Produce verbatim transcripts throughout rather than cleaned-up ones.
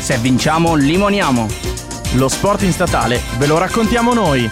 Se vinciamo, limoniamo. Lo sport in statale ve lo raccontiamo noi.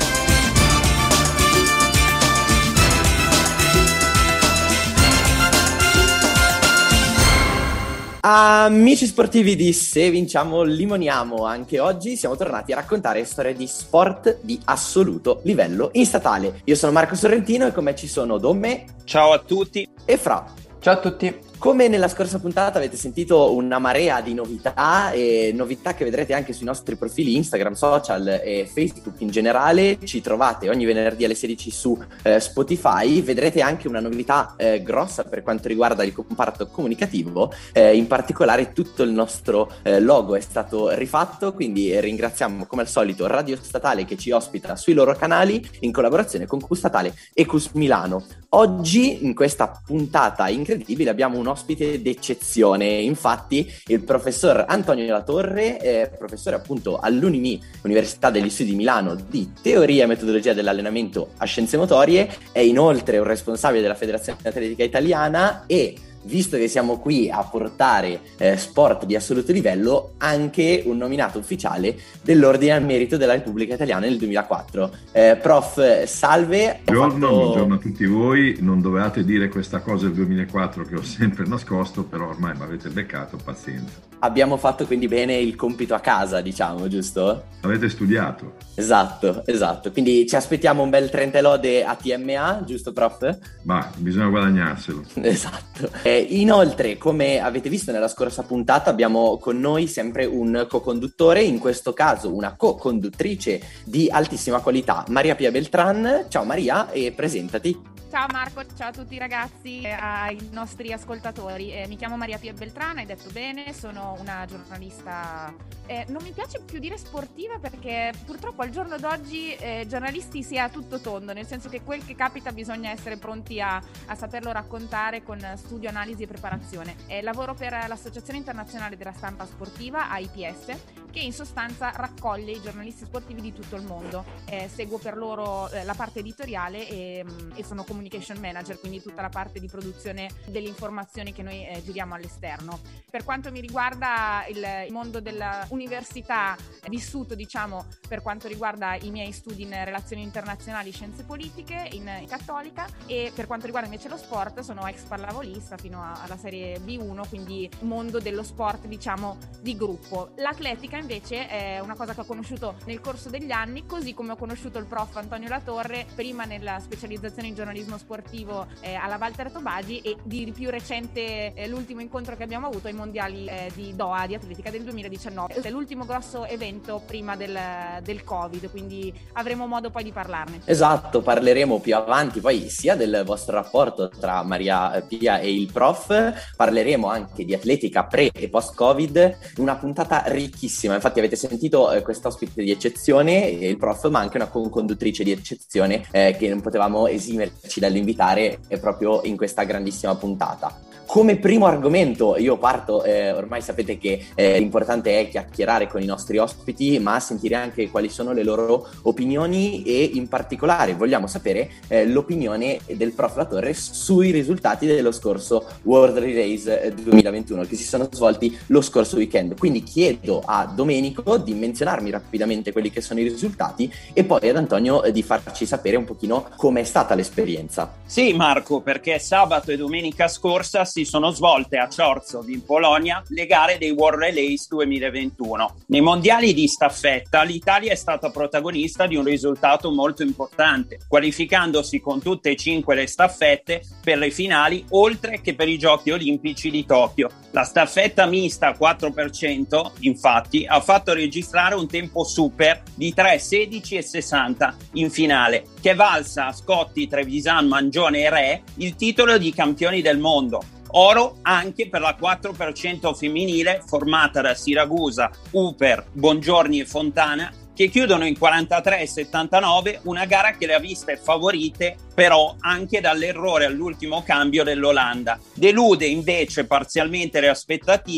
Amici sportivi di Se Vinciamo Limoniamo, anche oggi siamo tornati a raccontare storie di sport di assoluto livello in statale. Io sono Marco Sorrentino e con me ci sono Domme. Ciao a tutti. E Fra. Ciao a tutti. Come nella scorsa puntata avete sentito una marea di novità e novità che vedrete anche sui nostri profili Instagram, social e Facebook in generale. Ci trovate ogni venerdì alle sedici su eh, Spotify. Vedrete anche una novità eh, grossa per quanto riguarda il comparto comunicativo, eh, in particolare tutto il nostro eh, logo è stato rifatto, quindi ringraziamo come al solito Radio Statale che ci ospita sui loro canali in collaborazione con Q Statale e Q S Milano. Oggi in questa puntata incredibile abbiamo un ospite d'eccezione, infatti il professor Antonio Latorre, eh, professore appunto all'U N I M I, Università degli Studi di Milano, di teoria e metodologia dell'allenamento a scienze motorie, è inoltre un responsabile della Federazione Atletica Italiana e, visto che siamo qui a portare eh, sport di assoluto livello, anche un nominato ufficiale dell'Ordine al Merito della Repubblica Italiana nel duemilaquattro. Eh, prof, salve. Buongiorno, fatto... buongiorno a tutti voi. Non dovevate dire questa cosa del duemilaquattro che ho sempre nascosto, però ormai mi avete beccato, pazienza. Abbiamo fatto quindi bene il compito a casa, diciamo, giusto? Avete studiato. Esatto, esatto. Quindi ci aspettiamo un bel trenta lode a T M A, giusto prof? Ma bisogna guadagnarselo. Esatto. Eh, inoltre, come avete visto nella scorsa puntata, abbiamo con noi sempre un co-conduttore, in questo caso una co-conduttrice di altissima qualità, Maria Pia Beltran. Ciao Maria, e presentati. Ciao Marco, ciao a tutti i ragazzi e ai nostri ascoltatori. Eh, mi chiamo Maria Pia Beltrana, hai detto bene, sono una giornalista, eh, non mi piace più dire sportiva perché purtroppo al giorno d'oggi eh, giornalisti si è a tutto tondo, nel senso che quel che capita bisogna essere pronti a, a saperlo raccontare con studio, analisi e preparazione. Eh, lavoro per l'Associazione Internazionale della Stampa Sportiva, A I P S, che in sostanza raccoglie i giornalisti sportivi di tutto il mondo. Eh, seguo per loro eh, la parte editoriale e, e sono communication manager, quindi tutta la parte di produzione delle informazioni che noi eh, giriamo all'esterno. Per quanto mi riguarda il, il mondo dell'università, eh, vissuto diciamo per quanto riguarda i miei studi in relazioni internazionali, scienze politiche in, in Cattolica, e per quanto riguarda invece lo sport sono ex pallavolista fino a, alla serie B uno, quindi mondo dello sport diciamo di gruppo. L'atletica invece è una cosa che ho conosciuto nel corso degli anni, così come ho conosciuto il prof Antonio Latorre prima nella specializzazione in giornalismo sportivo eh, alla Valter Tobagi e di più recente eh, l'ultimo incontro che abbiamo avuto ai mondiali eh, di Doha di atletica del duemiladiciannove. È l'ultimo grosso evento prima del, del Covid, quindi avremo modo poi di parlarne. Esatto, parleremo più avanti poi sia del vostro rapporto tra Maria Pia e il prof, parleremo anche di atletica pre e post Covid, una puntata ricchissima. Infatti avete sentito eh, quest'ospite di eccezione, eh, il prof, ma anche una conduttrice di eccezione eh, che non potevamo esimerci dall'invitare eh, proprio in questa grandissima puntata. Come primo argomento io parto, eh, ormai sapete che eh, l'importante è chiacchierare con i nostri ospiti, ma sentire anche quali sono le loro opinioni e in particolare vogliamo sapere eh, l'opinione del prof Latorre sui risultati dello scorso World Relays duemilaventuno che si sono svolti lo scorso weekend. Quindi chiedo a Domenico di menzionarmi rapidamente quelli che sono i risultati e poi ad Antonio eh, di farci sapere un pochino com'è stata l'esperienza. Sì Marco, perché sabato e domenica scorsa si sono svolte a Chorzów in Polonia le gare dei World Relays duemilaventuno. Nei mondiali di staffetta l'Italia è stata protagonista di un risultato molto importante, qualificandosi con tutte e cinque le staffette per le finali, oltre che per i Giochi Olimpici di Tokyo. La staffetta mista a quattro per cento, infatti, ha fatto registrare un tempo super di tre sedici e sessanta in finale, che valsa a Scotti, Trevisan, Mangione e Re il titolo di campioni del mondo. Oro anche per la quattro per cento femminile formata da Siragusa, Uper, Bongiorni e Fontana, che chiudono in quarantatré e settantanove una gara che le ha viste favorite però anche dall'errore all'ultimo cambio dell'Olanda. Delude invece parzialmente le aspettative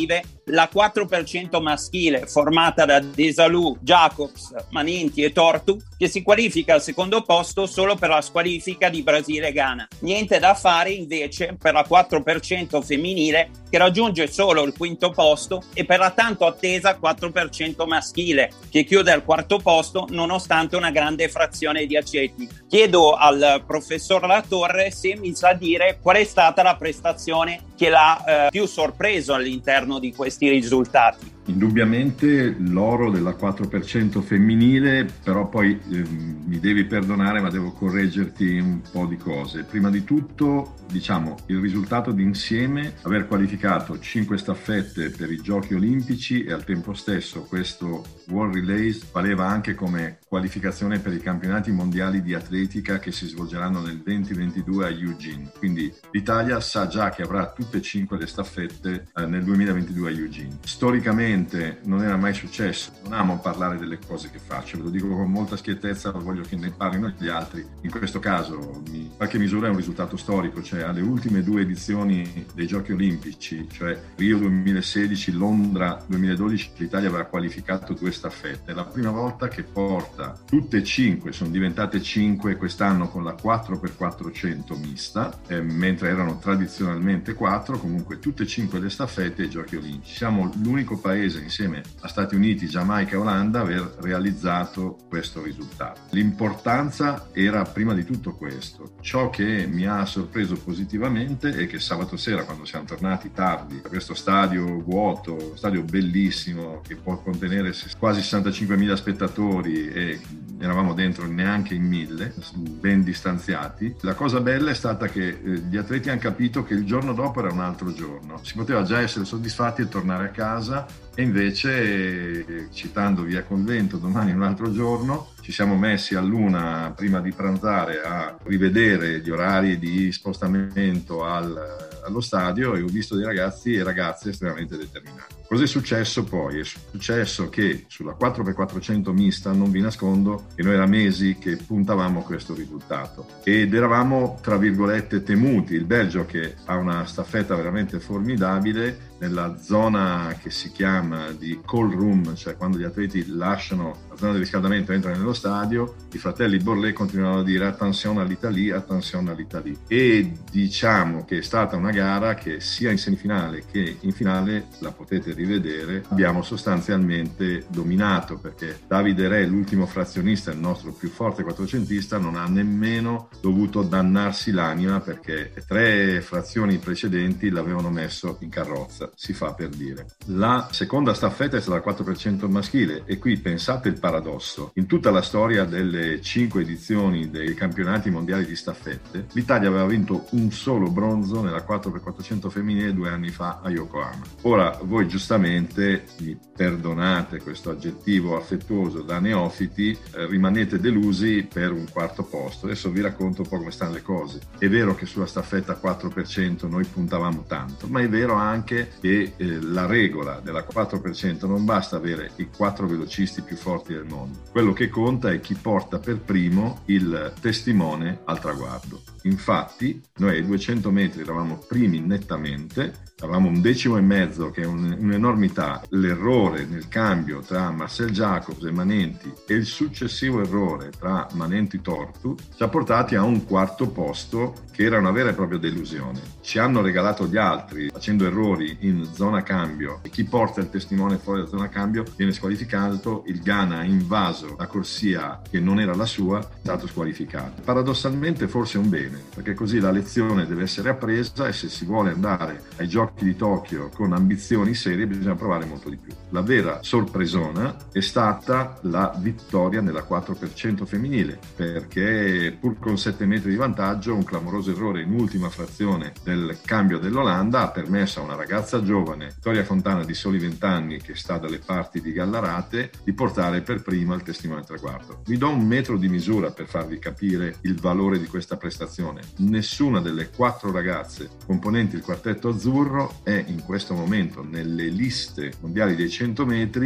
La quattro per cento maschile, formata da Desalou, Jacobs, Manenti e Tortu, che si qualifica al secondo posto solo per la squalifica di Brasile e Ghana. Niente da fare invece per la quattro per cento femminile, che raggiunge solo il quinto posto, e per la tanto attesa quattro per cento maschile, che chiude al quarto posto nonostante una grande frazione di acceti. Chiedo al professor Latorre se mi sa dire qual è stata la prestazione che l'ha eh, più sorpreso all'interno di questi risultati. Indubbiamente l'oro della quattro per cento femminile, però poi eh, mi devi perdonare ma devo correggerti un po' di cose. Prima di tutto, diciamo, il risultato d'insieme, aver qualificato cinque staffette per i Giochi Olimpici e al tempo stesso questo World Relays valeva anche come qualificazione per i campionati mondiali di atletica che si svolgeranno nel duemilaventidue a Eugene. Quindi l'Italia sa già che avrà tutte e cinque le staffette eh, nel duemilaventidue a Eugene. Storicamente non era mai successo. Non amo parlare delle cose che faccio, ve lo dico con molta schiettezza, voglio che ne parlino gli altri. In questo caso, in qualche misura è un risultato storico, cioè alle ultime due edizioni dei Giochi Olimpici, cioè Rio duemilasedici, Londra duemiladodici, l'Italia aveva qualificato due staffette. È la prima volta che porta tutte e cinque, sono diventate cinque quest'anno con la quattro per quattrocento mista, eh, mentre erano tradizionalmente quattro, comunque tutte e cinque le staffette ai Giochi Olimpici. Siamo l'unico paese insieme a Stati Uniti, Giamaica e Olanda aver realizzato questo risultato. L'importanza era prima di tutto questo. Ciò che mi ha sorpreso positivamente è che sabato sera, quando siamo tornati tardi da questo stadio vuoto, stadio bellissimo che può contenere quasi sessantacinquemila spettatori e eravamo dentro neanche in mille, ben distanziati, la cosa bella è stata che eh, gli atleti hanno capito che il giorno dopo era un altro giorno, si poteva già essere soddisfatti e tornare a casa. E invece, eh, citando Via Convento, domani è un altro giorno, ci siamo messi a l'una prima di pranzare a rivedere gli orari di spostamento al, allo stadio e ho visto dei ragazzi e ragazze estremamente determinati. Cos'è successo poi? È successo che sulla quattro per quattrocento mista, non vi nascondo, che noi era mesi che puntavamo a questo risultato ed eravamo, tra virgolette, temuti. Il Belgio, che ha una staffetta veramente formidabile, nella zona che si chiama di call room, cioè quando gli atleti lasciano la zona di riscaldamento e entrano nello stadio, i fratelli Borlé continuano a dire attenzione all'Italia, attenzione all'Italia. E diciamo che è stata una gara che sia in semifinale che in finale, la potete rivedere, abbiamo sostanzialmente dominato, perché Davide Re, l'ultimo frazionista, il nostro più forte quattrocentista, non ha nemmeno dovuto dannarsi l'anima perché tre frazioni precedenti l'avevano messo in carrozza. Si fa per dire. La seconda staffetta è stata la quattro per cento maschile e qui pensate il paradosso. In tutta la storia delle cinque edizioni dei campionati mondiali di staffette, l'Italia aveva vinto un solo bronzo nella quattro per quattrocento femminile due anni fa a Yokohama. Ora voi giustamente, mi perdonate questo aggettivo affettuoso da neofiti, eh, rimanete delusi per un quarto posto. Adesso vi racconto un po' come stanno le cose. È vero che sulla staffetta quattro per cento noi puntavamo tanto, ma è vero anche che eh, la regola della quattro per cento non basta avere i quattro velocisti più forti del mondo. Quello che conta è chi porta per primo il testimone al traguardo. Infatti noi ai duecento metri eravamo primi nettamente, avevamo un decimo e mezzo, che è un, un'enormità. L'errore nel cambio tra Marcel Jacobs e Manenti e il successivo errore tra Manenti e Tortu ci ha portati a un quarto posto che era una vera e propria delusione. Ci hanno regalato gli altri facendo errori in zona cambio e chi porta il testimone fuori da zona cambio viene squalificato. Il Ghana ha invaso la corsia che non era la sua, è stato squalificato. Paradossalmente forse è un bene, perché così la lezione deve essere appresa e se si vuole andare ai Giochi di Tokyo con ambizioni serie bisogna provare molto di più. La vera sorpresona è stata la vittoria nella quattro per cento femminile, perché pur con sette metri di vantaggio un clamoroso errore in ultima frazione del cambio dell'Olanda ha permesso a una ragazza giovane, Vittoria Fontana di soli venti anni, che sta dalle parti di Gallarate, di portare per prima il testimone al traguardo. Vi do un metro di misura per farvi capire il valore di questa prestazione. Nessuna delle quattro ragazze componenti il quartetto azzurro è in questo momento nelle liste mondiali dei cento metri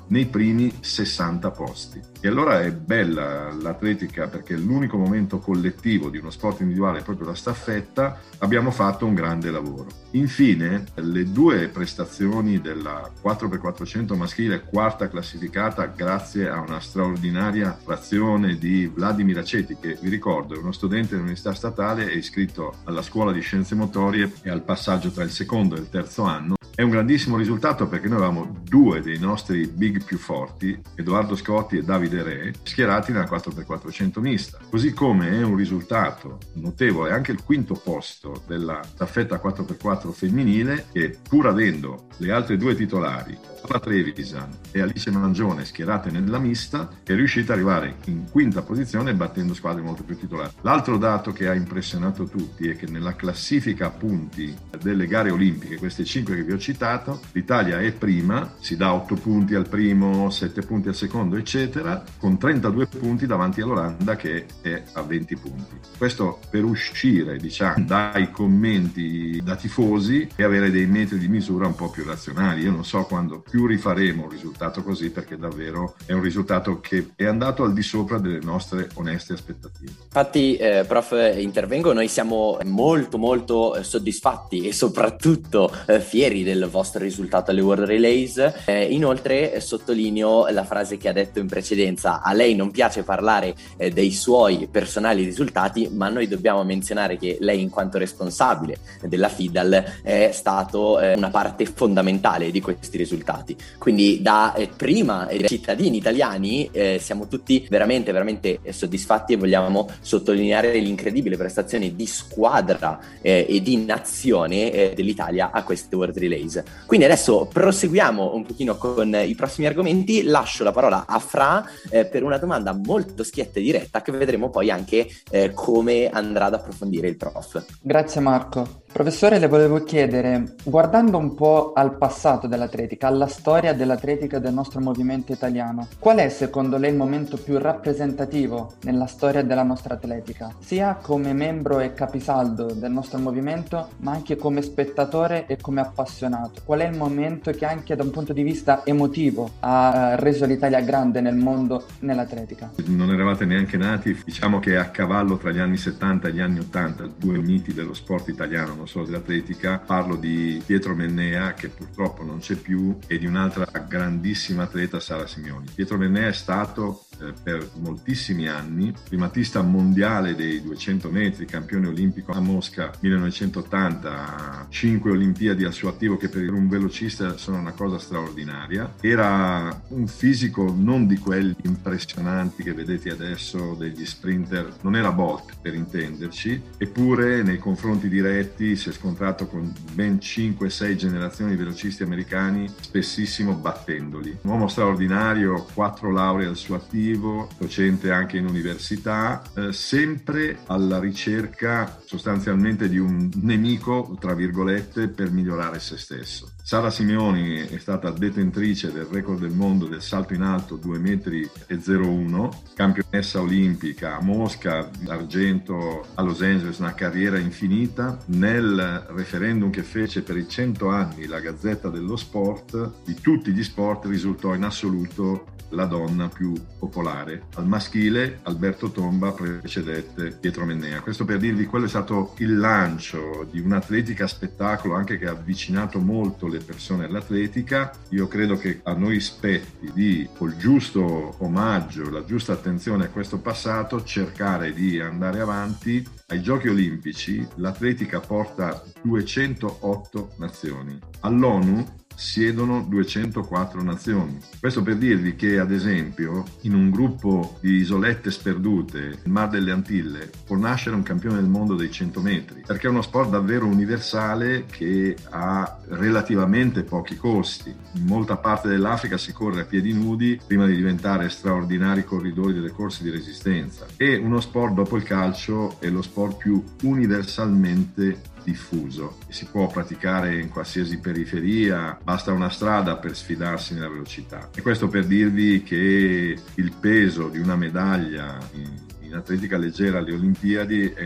nei primi sessanta posti. E allora è bella l'atletica, perché l'unico momento collettivo di uno sport individuale è proprio la staffetta. Abbiamo fatto un grande lavoro. Infine, le due prestazioni della quattro per quattrocento maschile, quarta classificata grazie a una straordinaria frazione di Vladimir Aceti, che vi ricordo è uno studente dell'Università Statale, è iscritto alla scuola di scienze motorie e al passaggio tra il secondo e il terzo anno. È un grandissimo risultato perché noi avevamo due dei nostri big più forti, Edoardo Scotti e Davide Re, schierati nella quattro per quattrocento mista. Così come è un risultato notevole anche il quinto posto della staffetta quattro per quattro femminile, che pur avendo le altre due titolari, Paola Trevisan e Alice Mangione, schierate nella mista, è riuscita ad arrivare in quinta posizione battendo squadre molto più titolari. L'altro dato che ha impressionato tutti è che nella classifica a punti delle gare olimpiche, queste cinque che vi ho citato, l'Italia è prima, si dà otto punti al primo, sette punti al secondo, eccetera, con trentadue punti davanti all'Olanda che è a venti punti. Questo per uscire, diciamo, dai commenti da tifosi e avere dei metri di misura un po' più razionali. Io non so quando più rifaremo un risultato così, perché davvero è un risultato che è andato al di sopra delle nostre oneste aspettative. Infatti, eh, prof, intervengo, noi siamo molto molto soddisfatti e soprattutto eh, fieri del vostro risultato alle World Relays. Eh, inoltre eh, sottolineo la frase che ha detto in precedenza: a lei non piace parlare eh, dei suoi personali risultati, ma noi dobbiamo menzionare che lei, in quanto responsabile della FIDAL, è stato eh, una parte fondamentale di questi risultati. Quindi da eh, prima eh, cittadini italiani eh, siamo tutti veramente veramente soddisfatti e vogliamo sottolineare l'incredibile prestazione di squadra eh, e di nazione eh, dell'Italia a queste World Relays. Quindi adesso proseguiamo un pochino con i prossimi argomenti. Lascio la parola a Fra eh, per una domanda molto schietta e diretta, che vedremo poi anche eh, come andrà ad approfondire il prof. Grazie Marco. Professore, le volevo chiedere, guardando un po' al passato dell'atletica, alla storia dell'atletica del nostro movimento italiano, qual è secondo lei il momento più rappresentativo nella storia della nostra atletica, sia come membro e capisaldo del nostro movimento, ma anche come spettatore e come appassionato? Qual è il momento che anche da un punto di vista emotivo ha reso l'Italia grande nel mondo nell'atletica? Non eravate neanche nati, diciamo che è a cavallo tra gli anni settanta e gli anni ottanta, due miti dello sport italiano, non solo dell'atletica. Parlo di Pietro Mennea, che purtroppo non c'è più, e di un'altra grandissima atleta, Sara Simioni. Pietro Mennea è stato eh, per moltissimi anni primatista mondiale dei duecento metri, campione olimpico a Mosca millenovecentottanta, cinque Olimpiadi al suo attivo, che per un velocista sono una cosa straordinaria. Era un fisico non di quelli impressionanti che vedete adesso degli sprinter, non era Bolt per intenderci, eppure nei confronti diretti si è scontrato con ben cinque sei generazioni di velocisti americani, spessissimo battendoli. Un uomo straordinario, quattro lauree al suo attivo, docente anche in università, eh, sempre alla ricerca sostanzialmente di un nemico, tra virgolette, per migliorare se stesso. Sara Simioni è stata detentrice del record del mondo del salto in alto due metri e zero uno, campionessa olimpica a Mosca, argento a Los Angeles, una carriera infinita. Nel referendum che fece per i cento anni la Gazzetta dello Sport, di tutti gli sport risultò in assoluto la donna più popolare. Al maschile Alberto Tomba precedette Pietro Mennea. Questo per dirvi quello è stato il lancio di un'atletica spettacolo, anche che ha avvicinato molto le persone all'atletica. Io credo che a noi spetti di, col giusto omaggio, la giusta attenzione a questo passato, cercare di andare avanti. Ai Giochi Olimpici l'atletica porta duecentootto nazioni. All'ONU siedono duecentoquattro nazioni. Questo per dirvi che, ad esempio, in un gruppo di isolette sperdute, il Mar delle Antille, può nascere un campione del mondo dei cento metri, perché è uno sport davvero universale che ha relativamente pochi costi. In molta parte dell'Africa si corre a piedi nudi prima di diventare straordinari corridori delle corse di resistenza. E uno sport, dopo il calcio, è lo sport più universalmente diffuso. Si può praticare in qualsiasi periferia, basta una strada per sfidarsi nella velocità. E questo per dirvi che il peso di una medaglia in, in atletica leggera alle Olimpiadi è un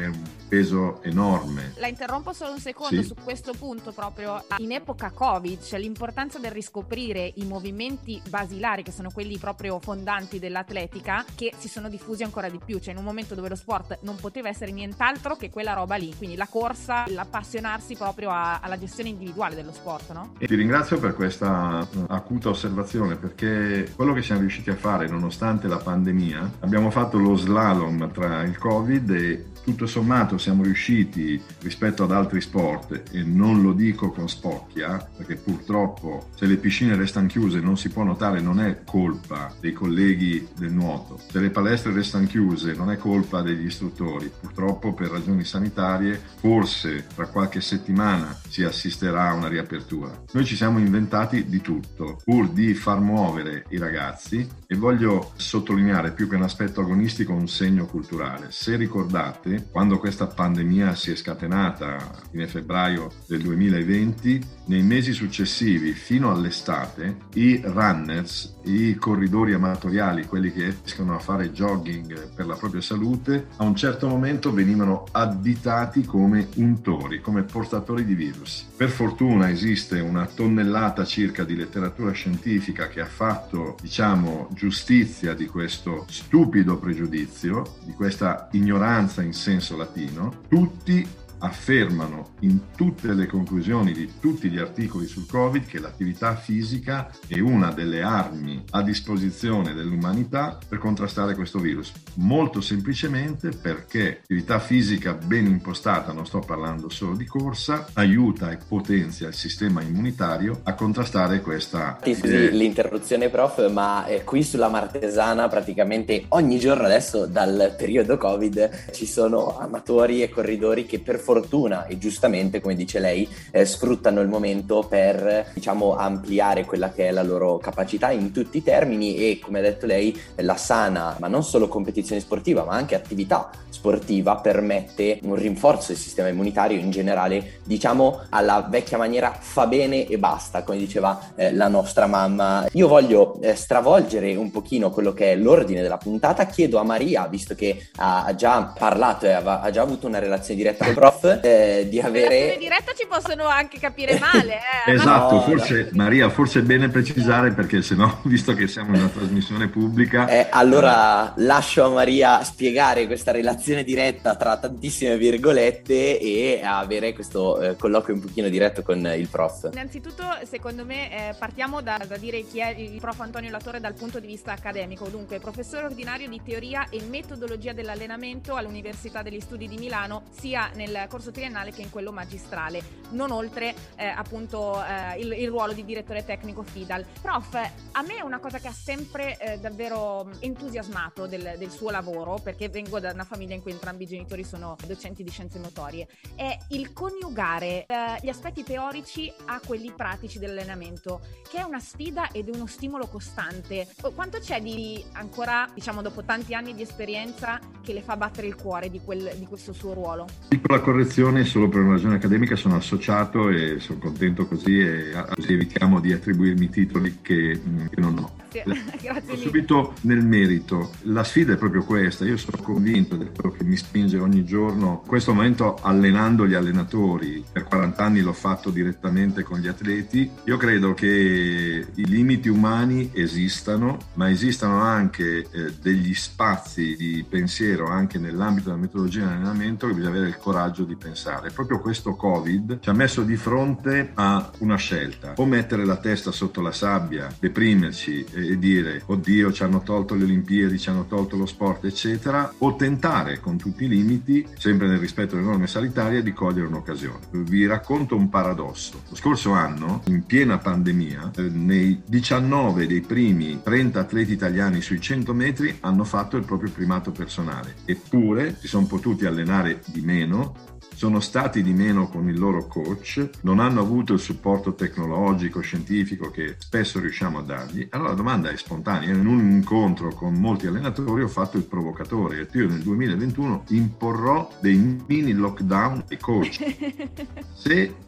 peso enorme. La interrompo solo un secondo Sì. su questo punto proprio. In epoca Covid, cioè l'importanza del riscoprire i movimenti basilari, che sono quelli proprio fondanti dell'atletica, che si sono diffusi ancora di più, cioè in un momento dove lo sport non poteva essere nient'altro che quella roba lì, quindi la corsa, l'appassionarsi proprio a, alla gestione individuale dello sport, no? E ti ringrazio per questa acuta osservazione, perché quello che siamo riusciti a fare nonostante la pandemia, abbiamo fatto lo slalom tra il Covid e tutto sommato siamo riusciti rispetto ad altri sport, e non lo dico con spocchia perché purtroppo se le piscine restano chiuse non si può notare, non è colpa dei colleghi del nuoto, se le palestre restano chiuse non è colpa degli istruttori, purtroppo per ragioni sanitarie forse tra qualche settimana si assisterà a una riapertura. Noi ci siamo inventati di tutto pur di far muovere i ragazzi, e voglio sottolineare più che un aspetto agonistico un segno culturale. Se ricordate, quando questa pandemia si è scatenata a fine febbraio del duemilaventi, nei mesi successivi fino all'estate i runners, i corridori amatoriali, quelli che escono a fare jogging per la propria salute, a un certo momento venivano additati come untori, come portatori di virus. Per fortuna esiste una tonnellata circa di letteratura scientifica che ha fatto, diciamo, giustizia di questo stupido pregiudizio, di questa ignoranza in senso latino. Tutti affermano in tutte le conclusioni di tutti gli articoli sul Covid che l'attività fisica è una delle armi a disposizione dell'umanità per contrastare questo virus. Molto semplicemente perché l'attività fisica ben impostata, non sto parlando solo di corsa, aiuta e potenzia il sistema immunitario a contrastare questa... Sì, scusi l'interruzione prof, ma eh, qui sulla Martesana praticamente ogni giorno adesso dal periodo Covid ci sono amatori e corridori che per fortuna e giustamente, come dice lei, eh, sfruttano il momento per, diciamo, ampliare quella che è la loro capacità in tutti i termini, e come ha detto lei la sana, ma non solo competizione sportiva ma anche attività sportiva, permette un rinforzo del sistema immunitario in generale, diciamo alla vecchia maniera fa bene e basta, come diceva eh, la nostra mamma. Io voglio eh, stravolgere un pochino quello che è l'ordine della puntata. Chiedo a Maria, visto che ha, ha già parlato e ha, ha già avuto una relazione diretta con il prof, eh, di avere... Relazione diretta ci possono anche capire male, eh. Esatto, no, forse no. Maria, forse è bene precisare, perché sennò, visto che siamo in una trasmissione pubblica... Eh, allora lascio a Maria spiegare questa relazione diretta tra tantissime virgolette e avere questo eh, colloquio un pochino diretto con il prof. Innanzitutto, secondo me, eh, partiamo da, da dire chi è il prof Antonio Latore dal punto di vista accademico. Dunque, professore ordinario di teoria e metodologia dell'allenamento all'Università degli Studi di Milano, sia nel corso triennale che in quello magistrale, non oltre eh, appunto eh, il, il ruolo di direttore tecnico FIDAL. Prof, a me è una cosa che ha sempre eh, davvero entusiasmato del, del suo lavoro, perché vengo da una famiglia in cui entrambi i genitori sono docenti di scienze motorie, è il coniugare eh, gli aspetti teorici a quelli pratici dell'allenamento, che è una sfida ed è uno stimolo costante. Quanto c'è di ancora, diciamo, dopo tanti anni di esperienza, che le fa battere il cuore di, quel, di questo suo ruolo? Piccola correzione, solo per una ragione accademica sono associato e sono contento così, e così evitiamo di attribuirmi titoli che, che non ho. Grazie mille. Subito nel merito, la sfida è proprio questa. Io sono convinto ed è quello che mi spinge ogni giorno in questo momento, allenando gli allenatori. Per quaranta anni l'ho fatto direttamente con gli atleti. Io credo che i limiti umani esistano, ma esistano anche eh, degli spazi di pensiero anche nell'ambito della metodologia di allenamento che bisogna avere il coraggio di pensare. Proprio questo Covid ci ha messo di fronte a una scelta: o mettere la testa sotto la sabbia, deprimerci e dire oddio ci hanno tolto le Olimpiadi, ci hanno tolto lo sport eccetera, o tentare con tutti i limiti, sempre nel rispetto delle norme sanitarie, di cogliere un'occasione. Vi racconto un paradosso. Lo scorso anno, in piena pandemia, eh, nei diciannove dei primi trenta atleti italiani sui cento metri hanno fatto il proprio primato personale, eppure si sono potuti allenare di meno, sono stati di meno con il loro coach, non hanno avuto il supporto tecnologico, scientifico che spesso riusciamo a dargli. Allora la domanda è spontanea. In un incontro con molti allenatori ho fatto il provocatore: io nel duemilaventuno imporrò dei mini lockdown ai coach. Se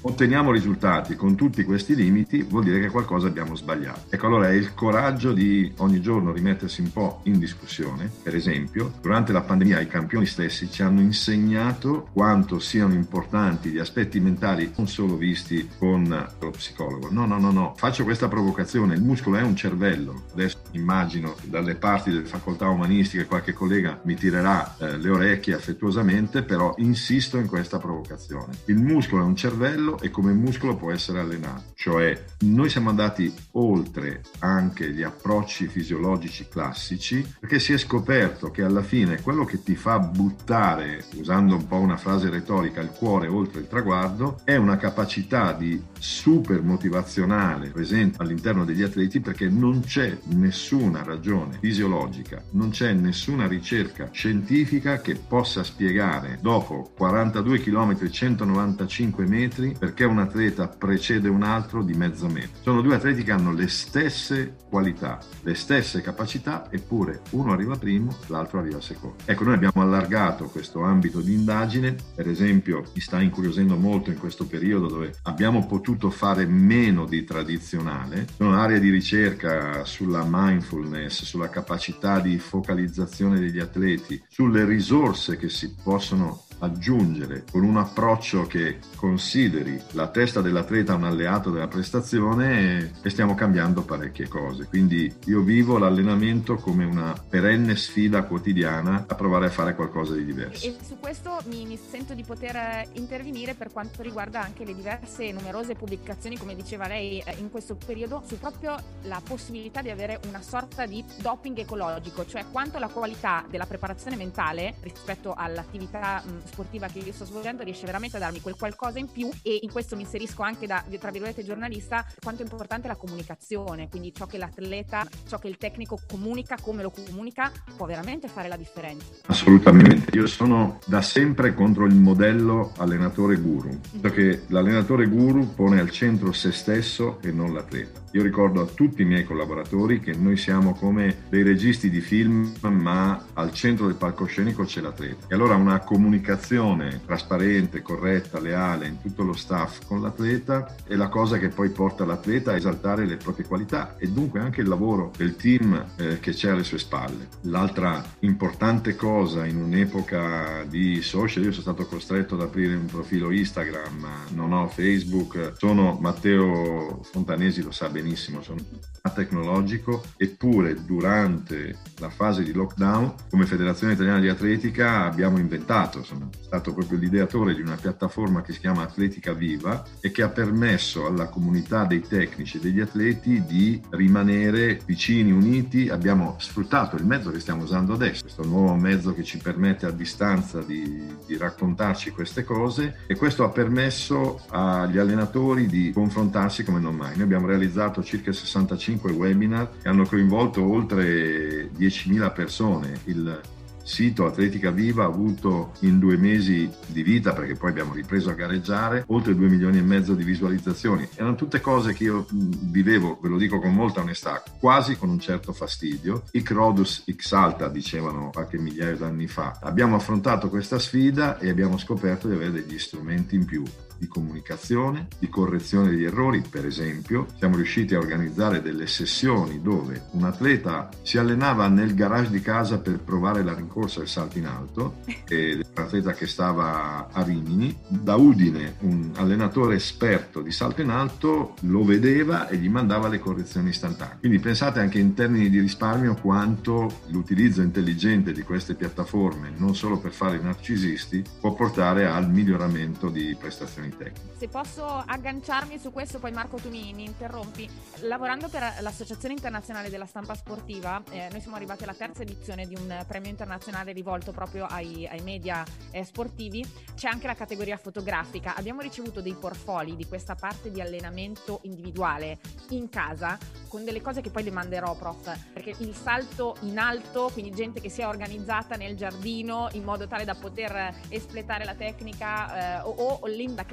otteniamo risultati con tutti questi limiti, vuol dire che qualcosa abbiamo sbagliato. Ecco, allora è il coraggio di ogni giorno rimettersi un po' in discussione. Per esempio, durante la pandemia i campioni stessi ci hanno insegnato quanto siano importanti gli aspetti mentali, non solo visti con lo psicologo. No, no, no, no. Faccio questa provocazione. Il muscolo è un cervello. Adesso immagino che dalle parti delle facoltà umanistiche qualche collega mi tirerà eh, le orecchie affettuosamente, però insisto in questa provocazione. Il muscolo è un cervello e come muscolo può essere allenato, cioè noi siamo andati oltre anche gli approcci fisiologici classici, perché si è scoperto che alla fine quello che ti fa buttare, usando un po' una frase retorica, il cuore oltre il traguardo, è una capacità di super motivazionale presente all'interno degli atleti, perché non c'è nessuna ragione fisiologica, non c'è nessuna ricerca scientifica che possa spiegare dopo quarantadue chilometri centonovantacinque metri perché un atleta precede un altro di mezzo metro. Sono due atleti che hanno le stesse qualità, le stesse capacità, eppure uno arriva primo, l'altro arriva secondo. Ecco, noi abbiamo allargato questo ambito di indagine. Per esempio, mi sta incuriosendo molto in questo periodo dove abbiamo potuto fare meno di tradizionale. Sono aree di ricerca sulla mindfulness, sulla capacità di focalizzazione degli atleti, sulle risorse che si possono aggiungere con un approccio che consideri la testa dell'atleta un alleato della prestazione, e stiamo cambiando parecchie cose. Quindi io vivo l'allenamento come una perenne sfida quotidiana a provare a fare qualcosa di diverso. E su questo mi, mi sento di poter intervenire per quanto riguarda anche le diverse numerose pubblicazioni, come diceva lei, in questo periodo, su proprio la possibilità di avere una sorta di doping ecologico, cioè quanto la qualità della preparazione mentale rispetto all'attività mh, sportiva che io sto svolgendo riesce veramente a darmi quel qualcosa in più. E in questo mi inserisco anche da, tra virgolette, giornalista, quanto è importante la comunicazione, quindi ciò che l'atleta, ciò che il tecnico comunica, come lo comunica, può veramente fare la differenza. Assolutamente, io sono da sempre contro il modello allenatore guru, perché l'allenatore guru pone al centro se stesso e non l'atleta. Io ricordo a tutti i miei collaboratori che noi siamo come dei registi di film, ma al centro del palcoscenico c'è l'atleta. E allora una comunicazione trasparente, corretta, leale in tutto lo staff con l'atleta è la cosa che poi porta l'atleta a esaltare le proprie qualità e dunque anche il lavoro del team eh, che c'è alle sue spalle. L'altra importante cosa in un'epoca di social, io sono stato costretto ad aprire un profilo Instagram, non ho Facebook, sono Matteo Fontanesi, lo sa benissimo, sono tecnologico, eppure durante la fase di lockdown come Federazione Italiana di Atletica abbiamo inventato, sono stato proprio l'ideatore di una piattaforma che si chiama Atletica Viva e che ha permesso alla comunità dei tecnici e degli atleti di rimanere vicini, uniti. Abbiamo sfruttato il mezzo che stiamo usando adesso, questo nuovo mezzo che ci permette a distanza di, di raccontarci queste cose, e questo ha permesso agli allenatori di confrontarsi come non mai. Noi abbiamo realizzato circa sessantacinque webinar che hanno coinvolto oltre diecimila persone. Il sito Atletica Viva ha avuto in due mesi di vita, perché poi abbiamo ripreso a gareggiare, oltre due milioni e mezzo di visualizzazioni. Erano tutte cose che io vivevo, ve lo dico con molta onestà, quasi con un certo fastidio. Hic Rhodus hic salta, dicevano qualche migliaio d'anni fa. Abbiamo affrontato questa sfida e abbiamo scoperto di avere degli strumenti in più di comunicazione, di correzione degli errori. Per esempio, siamo riusciti a organizzare delle sessioni dove un atleta si allenava nel garage di casa per provare la rincorsa del salto in alto, e un atleta che stava a Rimini, da Udine un allenatore esperto di salto in alto lo vedeva e gli mandava le correzioni istantanee. Quindi pensate anche in termini di risparmio quanto l'utilizzo intelligente di queste piattaforme, non solo per fare i narcisisti, può portare al miglioramento di prestazioni tecniche. Se posso agganciarmi su questo, poi Marco tu mi, mi interrompi. Lavorando per l'Associazione Internazionale della Stampa Sportiva, eh, noi siamo arrivati alla terza edizione di un premio internazionale rivolto proprio ai, ai media eh, sportivi. C'è anche la categoria fotografica. Abbiamo ricevuto dei portfolio di questa parte di allenamento individuale in casa, con delle cose che poi le manderò, prof, perché il salto in alto, quindi gente che si è organizzata nel giardino in modo tale da poter espletare la tecnica, eh, o, o l'imba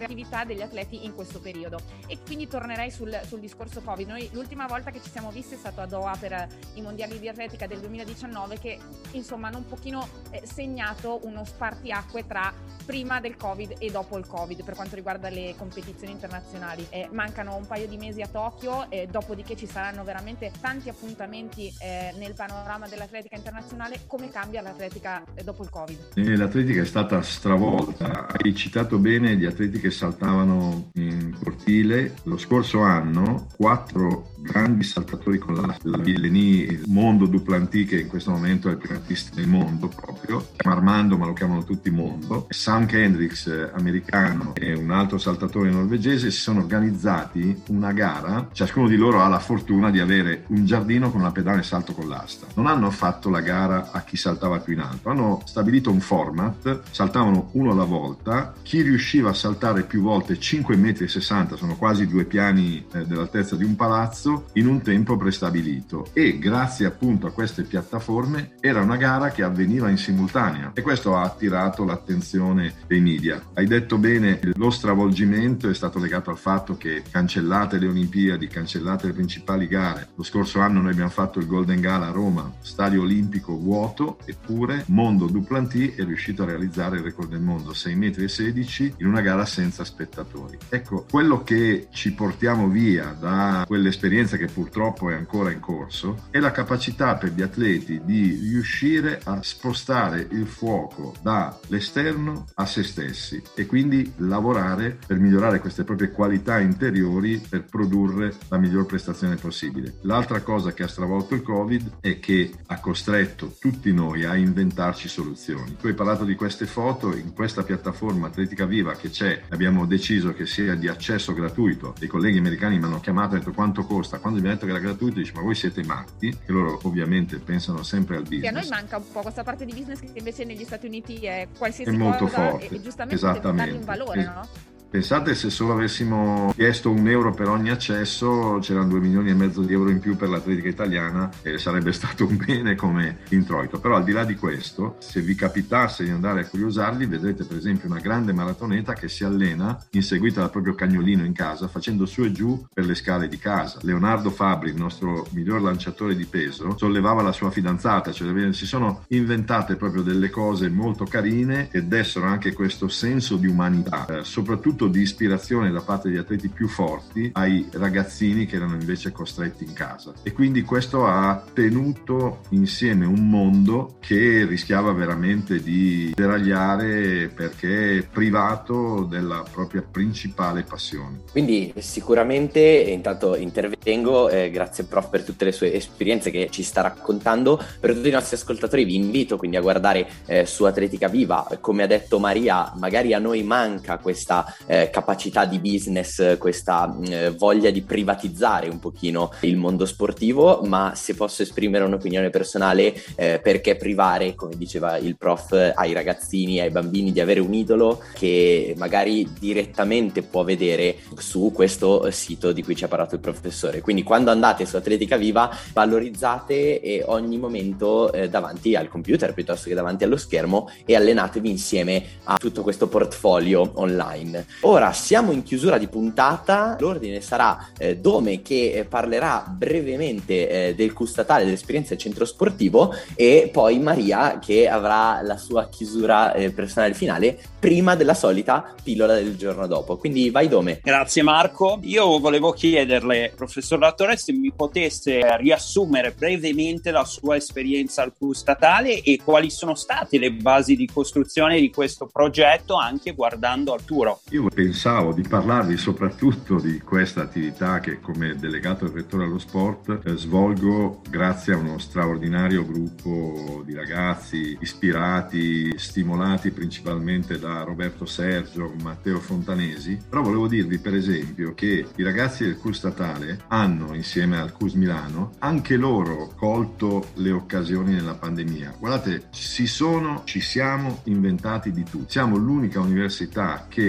creatività degli atleti in questo periodo. E quindi tornerei sul, sul discorso Covid. Noi l'ultima volta che ci siamo visti è stato a Doha per i mondiali di atletica del duemiladiciannove, che insomma hanno un pochino eh, segnato uno spartiacque tra prima del Covid e dopo il Covid per quanto riguarda le competizioni internazionali. Eh, mancano un paio di mesi a Tokyo, e dopodiché ci saranno veramente tanti appuntamenti eh, nel panorama dell'atletica internazionale. Come cambia l'atletica eh, dopo il Covid? E l'atletica è stata stravolta. Hai citato bene gli atleti che saltavano in cortile. Lo scorso anno quattro grandi saltatori con la, la Villenie, Mondo Duplantis, che in questo momento è il più artista del mondo proprio, Armando, ma lo chiamano tutti Mondo, Sam Kendricks, eh, americano, e un altro saltatore norvegese, si sono organizzati una gara. Ciascuno di loro ha la fortuna di avere un giardino con una pedana e salto con l'asta. Non hanno fatto la gara a chi saltava più in alto, hanno stabilito un format, saltavano uno alla volta, chi riusciva a saltare più volte cinque virgola sessanta metri, sono quasi due piani eh, dell'altezza di un palazzo, in un tempo prestabilito. E grazie appunto a queste piattaforme era una gara che avveniva in simultanea, e questo ha attirato l'attenzione dei media. Hai detto bene, lo stravolgimento è stato legato al fatto che, cancellate le Olimpiadi, cancellate le principali gare, lo scorso anno noi abbiamo fatto il Golden Gala a Roma, stadio olimpico vuoto, eppure Mondo Duplantis è riuscito a realizzare il record del mondo, sei virgola sedici metri, in una gara senza spettatori. Ecco, quello che ci portiamo via da quell'esperienza, che purtroppo è ancora in corso, è la capacità per gli atleti di riuscire a spostare il fuoco dall'esterno a se stessi, e quindi lavorare per migliorare queste proprie qualità interiori per produrre la miglior prestazione possibile. L'altra cosa che ha stravolto il Covid è che ha costretto tutti noi a inventarci soluzioni. Tu hai parlato di queste foto. In questa piattaforma Atletica Viva che c'è, abbiamo deciso che sia di accesso gratuito. Dei colleghi americani mi hanno chiamato e detto: quanto costa? Quando mi hanno detto che era gratuito, dici: ma voi siete matti? Che loro ovviamente pensano sempre al business. Sì, a noi manca un po' questa parte di business che invece negli Stati Uniti è qualsiasi è molto cosa forte. E, e giustamente dargli un valore, es- no? Pensate, se solo avessimo chiesto un euro per ogni accesso, c'erano due milioni e mezzo di euro in più per l'atletica italiana, e sarebbe stato un bene come introito. Però al di là di questo, se vi capitasse di andare a curiosarli, vedrete per esempio una grande maratoneta che si allena inseguita dal proprio cagnolino in casa, facendo su e giù per le scale di casa. Leonardo Fabri, il nostro miglior lanciatore di peso, sollevava la sua fidanzata, cioè si sono inventate proprio delle cose molto carine che dessero anche questo senso di umanità, eh, soprattutto di ispirazione da parte degli atleti più forti ai ragazzini che erano invece costretti in casa. E quindi questo ha tenuto insieme un mondo che rischiava veramente di deragliare, perché è privato della propria principale passione. Quindi sicuramente, intanto intervengo, eh, grazie prof per tutte le sue esperienze che ci sta raccontando. Per tutti i nostri ascoltatori vi invito quindi a guardare eh, su Atletica Viva. Come ha detto Maria, magari a noi manca questa Eh, capacità di business, questa eh, voglia di privatizzare un pochino il mondo sportivo, ma se posso esprimere un'opinione personale, eh, perché privare, come diceva il prof, ai ragazzini, ai bambini di avere un idolo che magari direttamente può vedere su questo sito di cui ci ha parlato il professore. Quindi quando andate su Atletica Viva, valorizzate e ogni momento eh, davanti al computer piuttosto che davanti allo schermo, e allenatevi insieme a tutto questo portfolio online. Ora siamo in chiusura di puntata, l'ordine sarà eh, Dome che eh, parlerà brevemente eh, del Q statale, dell'esperienza del centro sportivo, e poi Maria che avrà la sua chiusura eh, personale finale prima della solita pillola del giorno dopo. Quindi vai Dome. Grazie Marco. Io volevo chiederle, professor Lattore, se mi potesse riassumere brevemente la sua esperienza al Q statale e quali sono state le basi di costruzione di questo progetto, anche guardando al Turo. Io pensavo di parlarvi soprattutto di questa attività che, come delegato del rettore allo sport, eh, svolgo grazie a uno straordinario gruppo di ragazzi ispirati, stimolati principalmente da Roberto Sergio, Matteo Fontanesi. Però volevo dirvi per esempio che i ragazzi del Q statale hanno, insieme al Q S Milano, anche loro colto le occasioni nella pandemia. Guardate, si sono, ci siamo inventati di tutto. Siamo l'unica università che non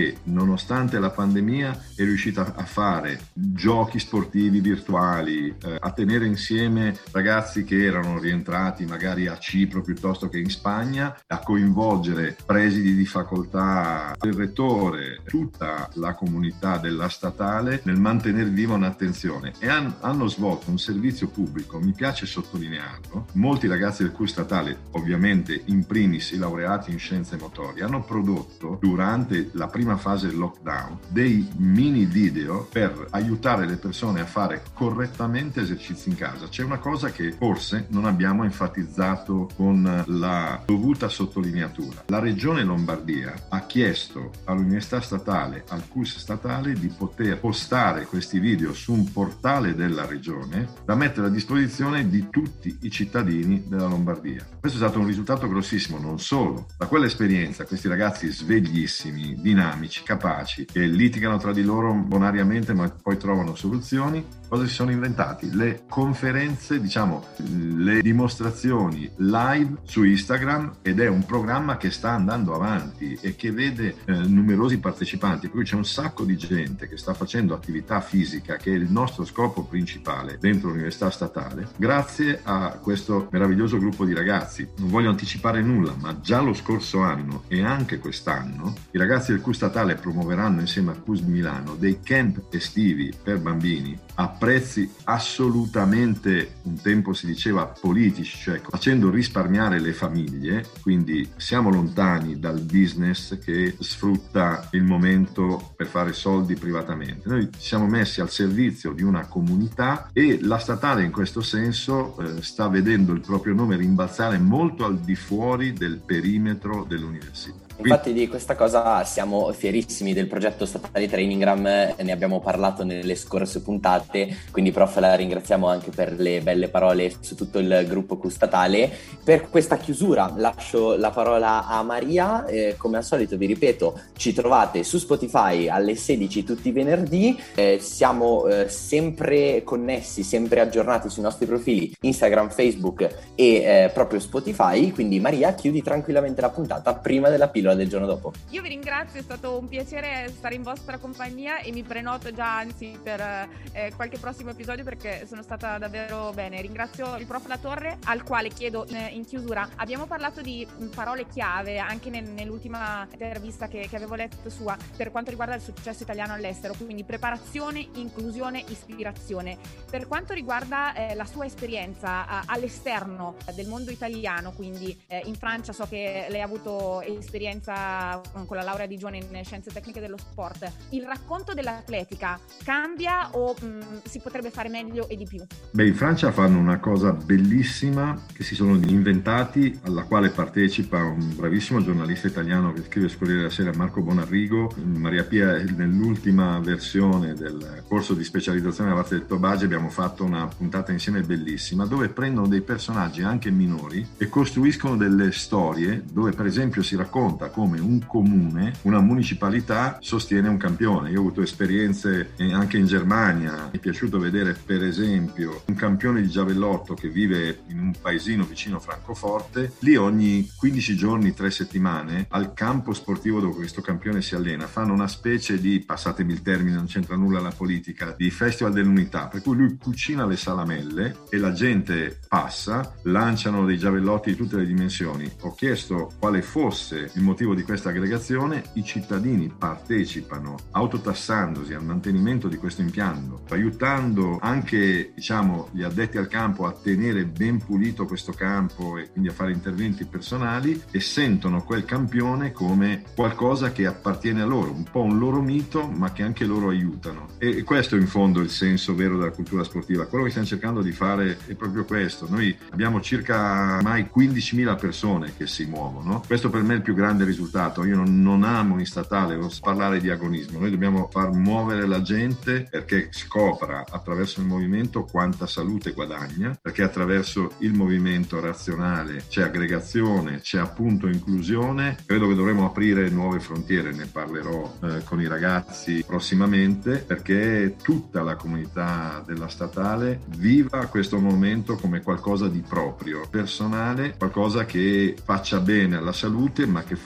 nonostante la pandemia, è riuscita a fare giochi sportivi virtuali, eh, a tenere insieme ragazzi che erano rientrati magari a Cipro piuttosto che in Spagna, a coinvolgere presidi di facoltà, il rettore, tutta la comunità della statale nel mantenere viva un'attenzione, e han, hanno svolto un servizio pubblico, mi piace sottolinearlo. Molti ragazzi del C U statale, ovviamente in primis i laureati in scienze motorie, hanno prodotto durante la prima fase del lockdown dei mini video per aiutare le persone a fare correttamente esercizi in casa. C'è una cosa che forse non abbiamo enfatizzato con la dovuta sottolineatura. La regione Lombardia ha chiesto all'università statale, al C U S statale, di poter postare questi video su un portale della regione da mettere a disposizione di tutti i cittadini della Lombardia. Questo è stato un risultato grossissimo. Non solo, da quell'esperienza questi ragazzi sveglissimi, dinamici, capaci, che litigano tra di loro bonariamente ma poi trovano soluzioni, cosa si sono inventati? Le conferenze, diciamo le dimostrazioni live su Instagram, ed è un programma che sta andando avanti e che vede eh, numerosi partecipanti, per cui c'è un sacco di gente che sta facendo attività fisica, che è il nostro scopo principale dentro l'università statale, grazie a questo meraviglioso gruppo di ragazzi. Non voglio anticipare nulla, ma già lo scorso anno e anche quest'anno i ragazzi del C U statale promuoveranno insieme al C U S Milano dei camp estivi per bambini a prezzi assolutamente, un tempo si diceva, politici, cioè facendo risparmiare le famiglie. Quindi siamo lontani dal business che sfrutta il momento per fare soldi privatamente. Noi ci siamo messi al servizio di una comunità e la statale in questo senso eh, sta vedendo il proprio nome rimbalzare molto al di fuori del perimetro dell'università. Infatti di questa cosa siamo fierissimi del progetto Statali Trainingram, ne abbiamo parlato nelle scorse puntate, quindi prof la ringraziamo anche per le belle parole su tutto il gruppo C U statale. Per questa chiusura lascio la parola a Maria, eh, come al solito vi ripeto, ci trovate su Spotify alle sedici tutti i venerdì, eh, siamo eh, sempre connessi, sempre aggiornati sui nostri profili Instagram, Facebook e eh, proprio Spotify, quindi Maria chiudi tranquillamente la puntata prima della pillola del giorno dopo. Io vi ringrazio, è stato un piacere stare in vostra compagnia e mi prenoto già anzi per eh, qualche prossimo episodio perché sono stata davvero bene. Ringrazio il prof Latorre, al quale chiedo in, in chiusura, abbiamo parlato di parole chiave anche nel, nell'ultima intervista che, che avevo letto sua per quanto riguarda il successo italiano all'estero, quindi preparazione, inclusione, ispirazione. Per quanto riguarda eh, la sua esperienza eh, all'esterno del mondo italiano, quindi eh, in Francia, so che lei ha avuto esperienza con la laurea di Gione in scienze tecniche dello sport, il racconto dell'atletica cambia o mh, si potrebbe fare meglio e di più? Beh, in Francia fanno una cosa bellissima che si sono inventati, alla quale partecipa un bravissimo giornalista italiano che scrive sul Corriere della Sera, Marco Bonarrigo. Maria Pia, nell'ultima versione del corso di specializzazione da parte del Tobagi abbiamo fatto una puntata insieme bellissima dove prendono dei personaggi anche minori e costruiscono delle storie dove per esempio si racconta come un comune, una municipalità sostiene un campione. Io ho avuto esperienze anche in Germania, mi è piaciuto vedere per esempio un campione di giavellotto che vive in un paesino vicino a Francoforte. Lì ogni quindici giorni, tre settimane, al campo sportivo dove questo campione si allena fanno una specie di, passatemi il termine, non c'entra nulla la politica, di festival dell'unità, per cui lui cucina le salamelle e la gente passa, lanciano dei giavellotti di tutte le dimensioni. Ho chiesto quale fosse il motivo di questa aggregazione, i cittadini partecipano autotassandosi al mantenimento di questo impianto, aiutando anche diciamo gli addetti al campo a tenere ben pulito questo campo e quindi a fare interventi personali, e sentono quel campione come qualcosa che appartiene a loro, un po' un loro mito ma che anche loro aiutano, e questo è in fondo il senso vero della cultura sportiva. Quello che stiamo cercando di fare è proprio questo. Noi abbiamo circa mai quindicimila persone che si muovono, questo per me è il più grande risultato. Io non, non amo in statale parlare di agonismo, noi dobbiamo far muovere la gente perché scopra attraverso il movimento quanta salute guadagna, perché attraverso il movimento razionale c'è aggregazione, c'è appunto inclusione. Credo che dovremo aprire nuove frontiere, ne parlerò eh, con i ragazzi prossimamente, perché tutta la comunità della statale viva questo momento come qualcosa di proprio, personale, qualcosa che faccia bene alla salute ma che faccia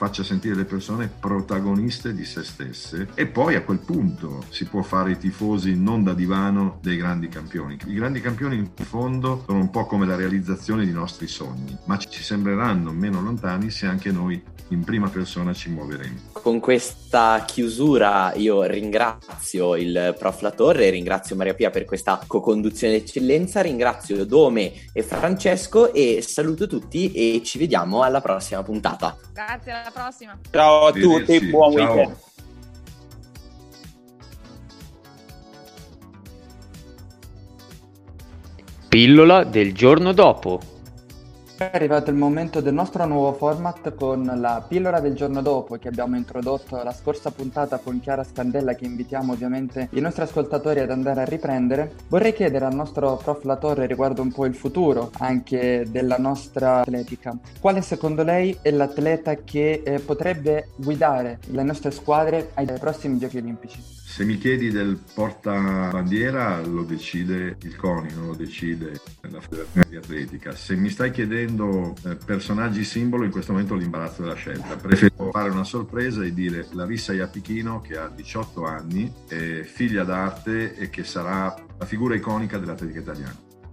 faccia sentire le persone protagoniste di se stesse, e poi a quel punto si può fare i tifosi non da divano dei grandi campioni. I grandi campioni in fondo sono un po' come la realizzazione di nostri sogni, ma ci sembreranno meno lontani se anche noi in prima persona ci muoveremo. Con questa chiusura io ringrazio il prof La Torre, ringrazio Maria Pia per questa co-conduzione d'eccellenza, ringrazio Dome e Francesco e saluto tutti e ci vediamo alla prossima puntata. Grazie, alla prossima. Ciao a tutti, buon Ciao. weekend. Pillola del giorno dopo. È arrivato il momento del nostro nuovo format con la pillola del giorno dopo, che abbiamo introdotto la scorsa puntata con Chiara Scandella, che invitiamo ovviamente i nostri ascoltatori ad andare a riprendere. Vorrei chiedere al nostro prof La Torre riguardo un po' il futuro anche della nostra atletica. Quale secondo lei è l'atleta che eh, potrebbe guidare le nostre squadre ai prossimi Giochi Olimpici? Se mi chiedi del portabandiera lo decide il CONI, non lo decide la Federazione di Atletica. Se mi stai chiedendo eh, personaggi simbolo, in questo momento ho l'imbarazzo della scelta. Preferisco fare una sorpresa e dire Larissa Iapichino, che ha diciotto anni, è figlia d'arte e che sarà la figura iconica dell'atletica italiana.